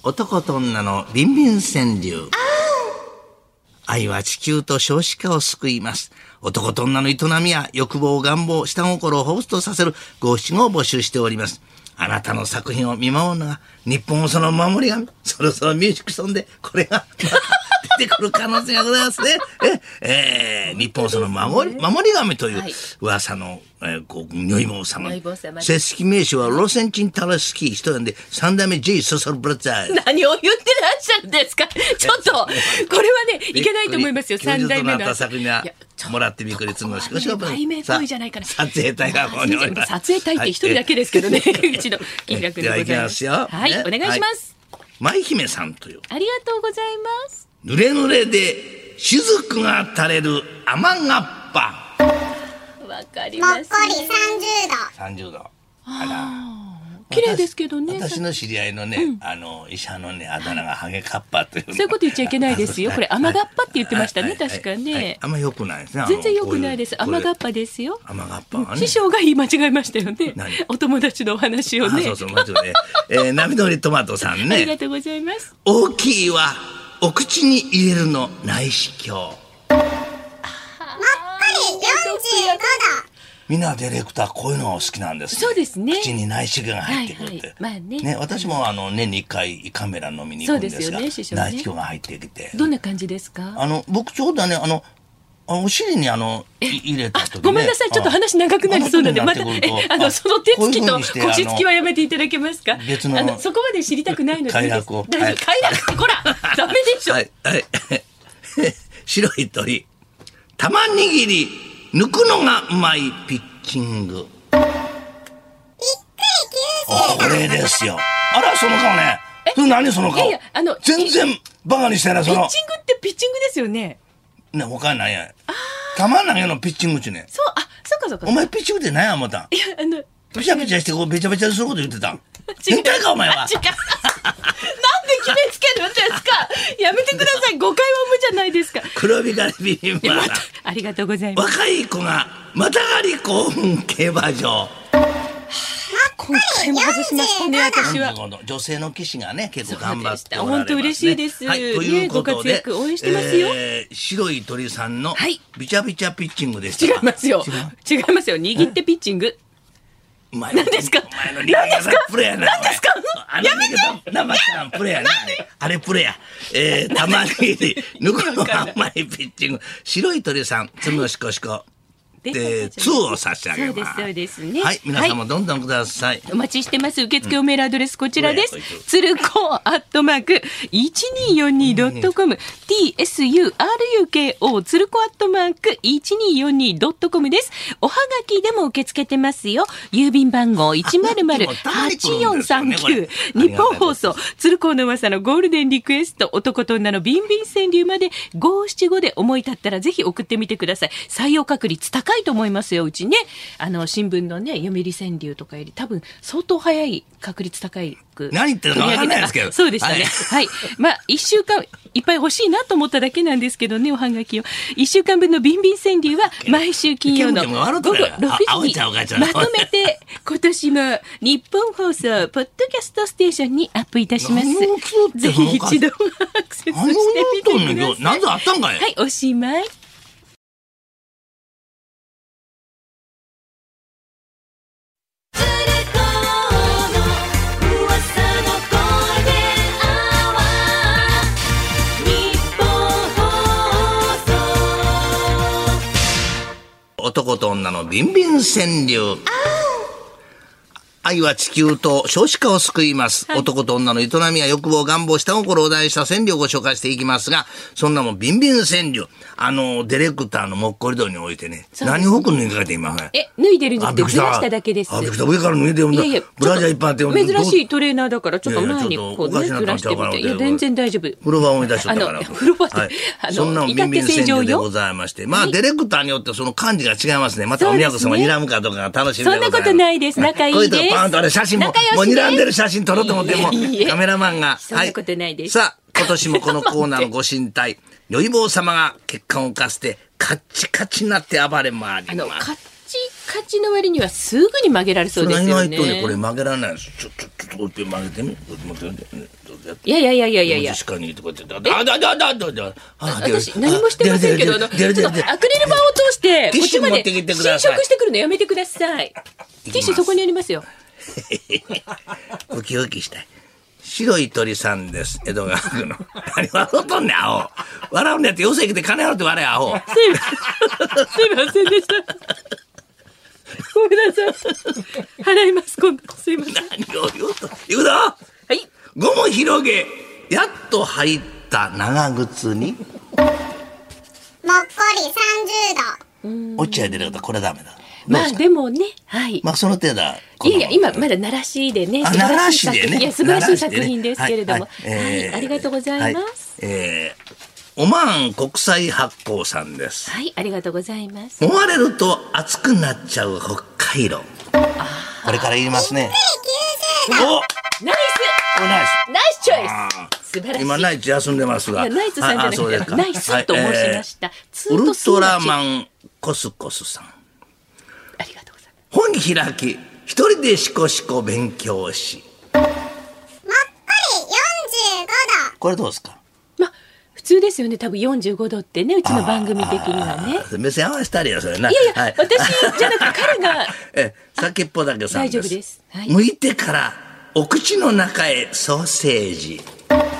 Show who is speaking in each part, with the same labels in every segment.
Speaker 1: 男と女のビンビン川柳。愛は地球と少子化を救います。男と女の営みや欲望、願望、下心を彷彿とさせる五七五を募集しております。あなたの作品を見守るのが日本放送の守り神。そろそろミュージックソンでこれが出てくる可能性がございますね。日本放送の守り神という噂の、如意棒様。正式名称はロセンチンタラスキー、一呼んで三代目 J ソソルブラザーズ。
Speaker 2: 何を言ってらっしゃるんですか。ちょっとこれはねいけないと思いますよ。三代目の
Speaker 1: 作品はもらってびっくりするのしかし
Speaker 2: 売名行為じゃないから。
Speaker 1: 撮影隊がここにおります。
Speaker 2: 撮影隊って一人だけですけどね。うちの金楽でございます。
Speaker 1: はい、
Speaker 2: お願いします。
Speaker 1: 舞姫さんという。
Speaker 2: ありがとうございます。
Speaker 1: 濡れ濡れで雫が垂れる雨がっぱ。
Speaker 2: わかります。
Speaker 3: もっこり30度。
Speaker 1: 30度。あら。
Speaker 2: 綺麗ですけどね。
Speaker 1: 私の知り合いのね、医者のね、あだ名がハゲカッパという。
Speaker 2: そういうこと言っちゃいけないですよ。これ雨がっぱって言ってましたね、確かね。
Speaker 1: あんま良くないですね。
Speaker 2: 全然良くないです。雨がっぱですよ。
Speaker 1: 雨がっぱはね。
Speaker 2: 師匠が言い間違えましたよね。お友達のお話をね。
Speaker 1: そうそう、間違え。波乗りトマトさんね。
Speaker 2: ありがとうございます。
Speaker 1: 大きいはお口に入れるの内視鏡。
Speaker 3: もっこり45度。
Speaker 1: みんなディレクターこういうのが好きなんです、ね。
Speaker 2: そうですね。
Speaker 1: 口に内視鏡が入ってくるって。
Speaker 2: まあね。
Speaker 1: ね、私も年に1回胃カメラ飲みに行くんですが、
Speaker 2: そうですよね、
Speaker 1: 内視鏡が入ってきて。
Speaker 2: どんな感じですか。
Speaker 1: 僕ちょうどねお尻に入れた時ね。
Speaker 2: ごめんなさい、ちょっと話長くなりそうなんで、またその手つきと腰つきはやめていただけますか。
Speaker 1: 別の
Speaker 2: そこまで知りたくないので。
Speaker 1: 快楽を。
Speaker 2: 快楽こらダメでしょ。
Speaker 1: はい。白い鳥玉握り抜くのがうまいピッチング。これですよ。あらその顔ね。何その顔。全然バカにしてないその。
Speaker 2: ピッチングってピッチングですよね。
Speaker 1: ね、他に何や。玉投げのピッチングってね。
Speaker 2: そう、そうか。
Speaker 1: お前ピッチングって何や思ったん。
Speaker 2: いや、
Speaker 1: ピチャピチャしてこうべちゃべちゃすること言ってたん。変態かお前は。
Speaker 2: 違う。なんで決めつけるんですか。やめてください。誤解は無じゃないですか。
Speaker 1: 黒光りビビンバ。
Speaker 2: ありがとうございます。
Speaker 1: 若い子がまたがり興奮競馬場。
Speaker 2: 今回も外しましたね、私は。
Speaker 1: 女性の騎士がね、結構頑張っておられますね。
Speaker 2: 本当嬉しいです。
Speaker 1: はい、ということで、
Speaker 2: ご活躍応援してますよ。
Speaker 1: 白い鳥さんのビチャビチャピッチングでした。
Speaker 2: 違いますよ。握ってピッチング。
Speaker 1: 何
Speaker 2: ですか。
Speaker 1: 何ですか。プレやな。
Speaker 2: 何ですか。
Speaker 1: やめて。生ちゃんプレやな。あれプレや。玉ねぎ抜くの甘いピッチング。白い鳥さん、つむしこしこ。で、2を差し上げます。
Speaker 2: そうですね。
Speaker 1: はい、皆さんもどんどんください。
Speaker 2: お待ちしてます。受付おメールアドレスこちらです。つるこ@1242.com tsuruko つるこ@1242.com です。おはがきでも受け付けてますよ。郵便番号100-8439日本放送つるこの噂のゴールデンリクエスト男と女のビンビン川柳まで五七五で思い立ったらぜひ送ってみてください。採用確率高いと思いますよ。うちね新聞のね読売川柳とかより多分相当早い確率高い
Speaker 1: 何言ってるか分かんないですけど。
Speaker 2: そうでしたね。はい。まあ1週間いっぱい欲しいなと思っただけなんですけどね、おはがきを1週間分のビンビン川柳は毎週金曜の午後6時にまとめて今年も日本放送ポッドキャストステーションにアップいたします。ぜひ一度アクセスしてみてください。
Speaker 1: 何ぞあったんかい。
Speaker 2: はい、おしまい。
Speaker 1: 男と女のビンビン川柳。愛は地球と少子化を救います、はい、男と女の営みや欲望願望下心を題した川柳をご紹介していきますが、そんなもんビンビン川柳ディレクターのもっこり度においてね、何服脱いかれて今
Speaker 2: 脱いでるんじゃなくてずらしただけです。
Speaker 1: びっくりした。上から脱いでるんだ。ブラジャーいっぱいあって
Speaker 2: 珍しいトレーナーだからちょっと前にこうねずらしてみて。いや全然大丈夫。
Speaker 1: 風呂場を思い出しちゃったから
Speaker 2: 風呂場って、
Speaker 1: そんなビンビン川柳でございまして、まあ、ディレクターによってその感じが違いますね。またおみやこさんが睨むかどうかが楽しみでございます。
Speaker 2: そんなことないです。仲いいです。
Speaker 1: こういうとこパンとあれ写真もう睨んでる写真撮ろうと思ってもカメラマンが
Speaker 2: そんなことないです。
Speaker 1: さあ今年もこのコーナーのご神体如意棒様が血管を浮かせてカッチカチになって暴れ回ります。
Speaker 2: カッチカチの割にはすぐに曲げられそうですよね。
Speaker 1: それ意外とねこれ曲げられないです。ちょっと曲げてみ。
Speaker 2: いやいやいやいやいやいや。
Speaker 1: 確かにとか言って、
Speaker 2: 私何もしてませんけど、ちょっとアクリル板を通してこっちまで侵食してくるのやめてください。ティッシュそこにありますよ。
Speaker 1: ウキウキしたい。白い鳥さんです。江戸川区の。何笑うとんねん、アホ。笑うねんって、よせ来て金払って笑え、アホ。
Speaker 2: すいませんでした。ごめんなさい。払います、今度。すいません。
Speaker 1: 何を言うと。言うぞ。
Speaker 2: はい。
Speaker 1: ゴム広げ、やっと入った長靴に。
Speaker 3: もっこり30度。
Speaker 1: 落合出ることこれダメだ。
Speaker 2: まあでもね、はい。
Speaker 1: まあその程度は。
Speaker 2: いやいや、今まだ奈良市でね、
Speaker 1: 奈良市でね。
Speaker 2: いや、素晴らしい作品ですけれども。はい、ありがとうございます。
Speaker 1: オマーン国際発酵さんです。
Speaker 2: はい、ありがとうございます。
Speaker 1: 揉まれると熱くなっちゃう北海道。これから言いますね。
Speaker 3: 90度。
Speaker 1: お、
Speaker 2: ナイスチョイス。素晴らしい。
Speaker 1: 今ナイツ休んでますが。
Speaker 2: ナイツさんじゃなくてナイスと申しました。
Speaker 1: ウルトラマンコスコスさん。
Speaker 2: ありがとうございます。
Speaker 1: 本開き、一人でシコシコ勉強し。
Speaker 3: もっこり45度。
Speaker 1: これどうですか？
Speaker 2: まあ普通ですよね。多分45度ってね、うちの番組的にはね。
Speaker 1: 目線合わせたりやそれな。
Speaker 2: いやいや、はい、私じゃなくて彼が
Speaker 1: 先っぽだけさんです。
Speaker 2: 大丈夫です。はい、
Speaker 1: 剥いてからお口の中へソーセージ。
Speaker 3: もっこり45度。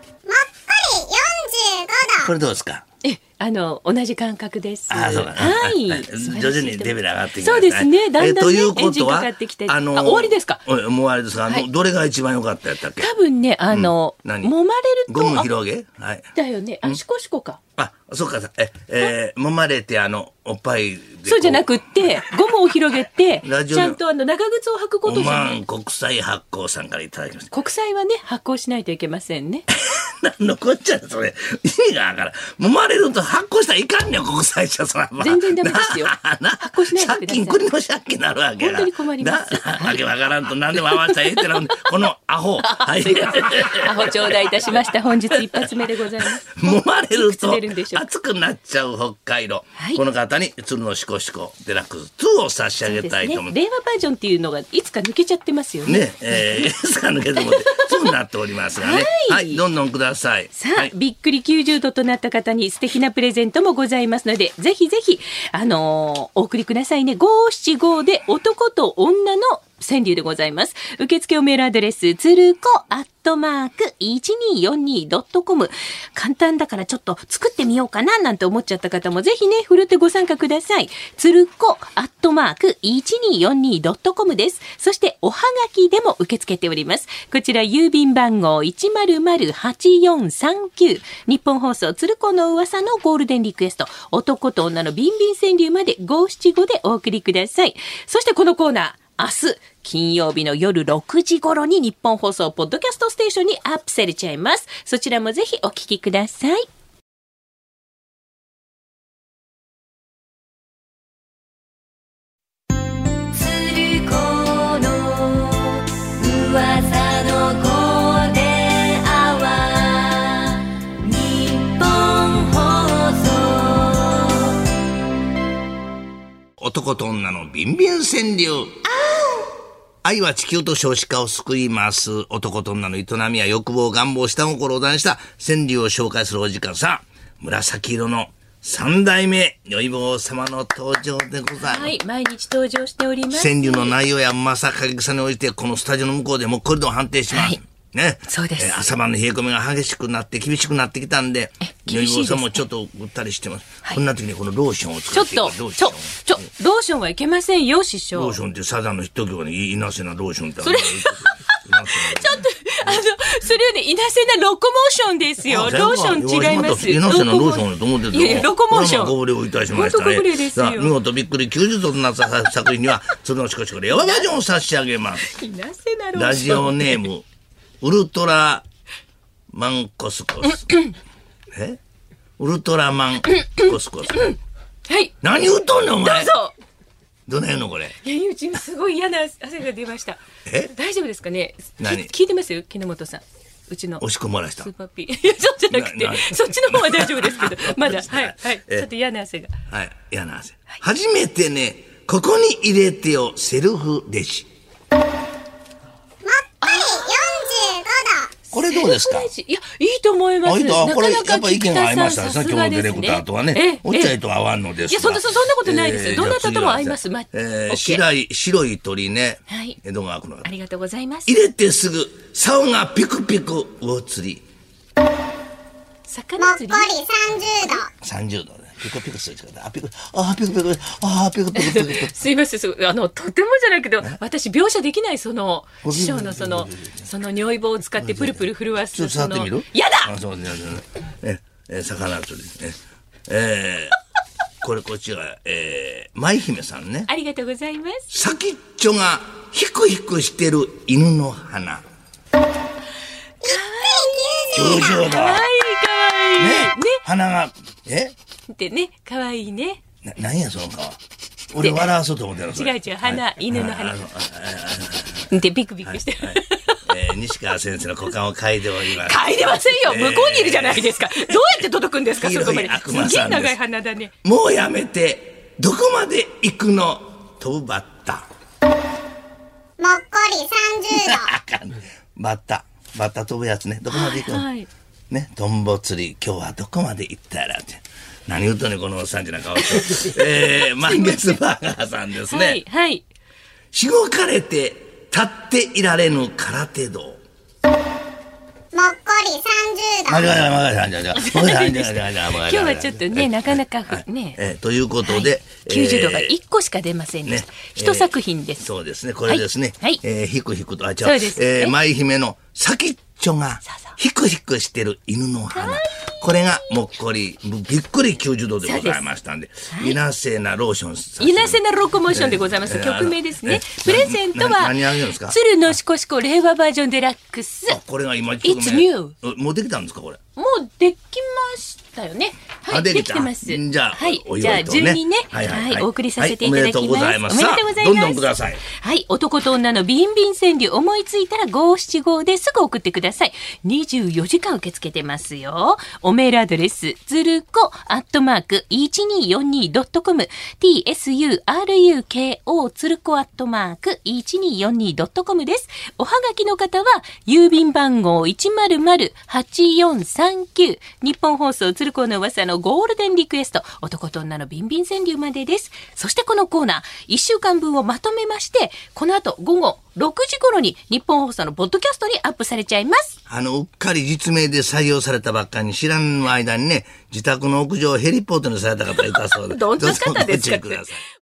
Speaker 1: これどうですか？
Speaker 2: 同じ感覚です。
Speaker 1: あ、そうだ。
Speaker 2: はい。
Speaker 1: 徐々にレベル上がってきます。
Speaker 2: そうですね。だんだんね、
Speaker 1: ということは
Speaker 2: エンジンかかってきて。終わりですか？
Speaker 1: もう終わりですが、どれが一番良かったやったっけ？
Speaker 2: 多分ね、揉まれると。
Speaker 1: ゴム広げ？はい。
Speaker 2: だよね。シコシコか。
Speaker 1: あ、そうか。揉まれておっぱいで。
Speaker 2: そうじゃなくって、ゴムを広げて、ちゃんと長靴を履くことじゃない。
Speaker 1: オマーン国際発酵さんからいただきました。
Speaker 2: 国際はね、発酵しないといけませんね。
Speaker 1: 何のこっちゃそれ。意味がわからん。揉まれると発酵したらいかんねん、国際社さんは。
Speaker 2: 全然ダメですよ。発酵しないとください。
Speaker 1: 借金、国の借金になるわけやな。
Speaker 2: 本当に困ります。
Speaker 1: わけわからんと何でも合わせたらええってなるんで、このアホ。はい。
Speaker 2: アホ頂戴いたしました。本日一発目でございます。
Speaker 1: 揉まれると熱くなっちゃう北海道。この方に鶴のシコシコデラックス2を差し上げたいと思います。
Speaker 2: 令和バージョンっていうのがいつか抜けちゃってますよね。
Speaker 1: ね、いつか抜けても2になっておりますがね。はい、どんどんください。
Speaker 2: さあ、びっくり90度となった方に素敵なプレゼントもございますので、ぜひぜひ、お送りくださいね。575で男と女の川柳でございます。受付おメールアドレス、つるこ@1242.com。簡単だからちょっと作ってみようかななんて思っちゃった方もぜひね、ふるってご参加ください。つるこ@1242.com です。そしておはがきでも受け付けております。こちら郵便番号100-8439。日本放送つるこの噂のゴールデンリクエスト。男と女のビンビン川柳まで575でお送りください。そしてこのコーナー、明日金曜日の夜6時頃に日本放送ポッドキャストステーションにアップされちゃいます。そちらもぜひお聞きください。
Speaker 1: 男と女のビンビン川柳。愛は地球と少子化を救います。男と女の営みや欲望、願望、下心を題した川柳を紹介するお時間。さあ、紫色の三代目如意棒様の登場でございます。
Speaker 2: はい、毎日登場しております。
Speaker 1: 川柳の内容やうまさ、過激さに応じてこのスタジオの向こうでもっこりと判定します。はい、ね、
Speaker 2: そうです。
Speaker 1: 朝晩の冷え込みが激しくなって厳しくなってきたんで、如意棒さんもちょっとぐったりしてます。はい、こんな時にこのローションを使っていく。ロー
Speaker 2: ションはいけませんよ、師匠。
Speaker 1: ローションってサザンのヒット曲にいなせなローションって
Speaker 2: それちょっとそれはね、いなせなロコモーションですよ。ローション違います。
Speaker 1: いなせなローションと思ってた。
Speaker 2: いやロコモーション。
Speaker 1: ご無礼をいたしましたね。さあ、見事びっくり90度となった作品には鶴のしこしこでヤババージョンを差し上げます。
Speaker 2: いなせなローション。
Speaker 1: ラジオネームウルトラマンコスコス。ウルトラマンコスコス。はい。何言うとんねんお前。
Speaker 2: どうぞ。
Speaker 1: どないのこれ。
Speaker 2: いや、うちすごい嫌な汗が出ました。大丈夫ですかね。
Speaker 1: 何
Speaker 2: 聞いてますよ、木本さん。うちの
Speaker 1: 押し込まらした。
Speaker 2: スーパーピー。いや、そうじゃなくて、そっちの方は大丈夫ですけど、まだ、はい、ちょっと嫌な汗が。
Speaker 1: はい、嫌な汗。初めてね、ここに入れてよ、セルフレジ。
Speaker 3: もっこり45度。
Speaker 1: これどどうですか？
Speaker 2: いや、いいと思います。
Speaker 1: これやっぱ意見が合いましたね。今日のディレクターとはね。おっちゃいとは合わんのですが。
Speaker 2: いや、そんなことないです。どなたとも合います。
Speaker 1: 白い鳥ね。江戸川区の方。
Speaker 2: ありがとうございます。
Speaker 1: 入れてすぐ、竿がピクピク魚釣り。
Speaker 2: 魚釣り。
Speaker 3: もっこり
Speaker 1: 30度。ピクピクする力。ピクピク。
Speaker 2: すいません。とてもじゃないけど、私描写できない、師匠のその尿意棒を使ってプルプル震わす。
Speaker 1: ちょっと触ってみる？
Speaker 2: やだ！
Speaker 1: そうね。魚釣りね。こっちは、舞姫さんね。
Speaker 2: ありがとうございます。
Speaker 1: 先っちょがヒクヒクしてる犬の花。90度。
Speaker 2: かわいい。
Speaker 1: ね。鼻が、
Speaker 2: でね、かわいいね。
Speaker 1: 何やその顔。俺笑わそうと思ってるの。
Speaker 2: 違う、犬の花。で、ビクビクしてる。
Speaker 1: 西川先生の股間を嗅いでおります。
Speaker 2: 嗅いでませんよ。向こうにいるじゃないですか。どうやって届くんですか、そこまで。すげえ長い鼻だね。
Speaker 1: もうやめて、どこまで行くの？飛ぶバッタ。
Speaker 3: もっこり30度。
Speaker 1: あかん。バッタ飛ぶやつね。どこまで行くの？ね、トンボ釣り、今日はどこまで行ったらって。何言うとね、このおっさんじゃな顔して。満月バーガーさんですね。
Speaker 2: はい。
Speaker 1: しごかれて、立っていられぬ空手道。
Speaker 3: もっこり30度。
Speaker 2: 今日はちょっとね、なかなかね。
Speaker 1: ということで、
Speaker 2: 90度が1個しか出ませんでした。一作品です。
Speaker 1: そうですね、これですね。ひくひくと、舞姫の先っちょが、ヒクヒクしてる犬の花。これがもっこり、びっくり90度でございましたんで、イナセナローション。
Speaker 2: イナセナロコモーションでございます。曲名ですね。プレゼントは、
Speaker 1: 何あげるんですか？
Speaker 2: 鶴のしこしこ令和バージョンデラックス。
Speaker 1: これが今、
Speaker 2: It's new。
Speaker 1: もうできたんですかこれ？
Speaker 2: もうできましたよね。はい、できてます。
Speaker 1: じゃあ、
Speaker 2: 順にね、お送りさせていただきます。おめでとうございます。
Speaker 1: どんどんください。
Speaker 2: はい、男と女のビンビン川柳、思いついたら575ですぐ送ってください。24時間受け付けてますよ。おメールアドレス、つるこ@1242.com、tsuruko つるこ@1242.com です。おはがきの方は、郵便番号100-8439、日本放送鶴子の噂のゴールデンリクエスト、男と女のビンビン川柳までです。そしてこのコーナー、1週間分をまとめまして、この後午後6時頃に日本放送のポッドキャストにアップされちゃいます。
Speaker 1: うっかり実名で採用されたばっかりに知らん間にね、自宅の屋上をヘリポートにされた方がいたそうで。
Speaker 2: どんな方ですか？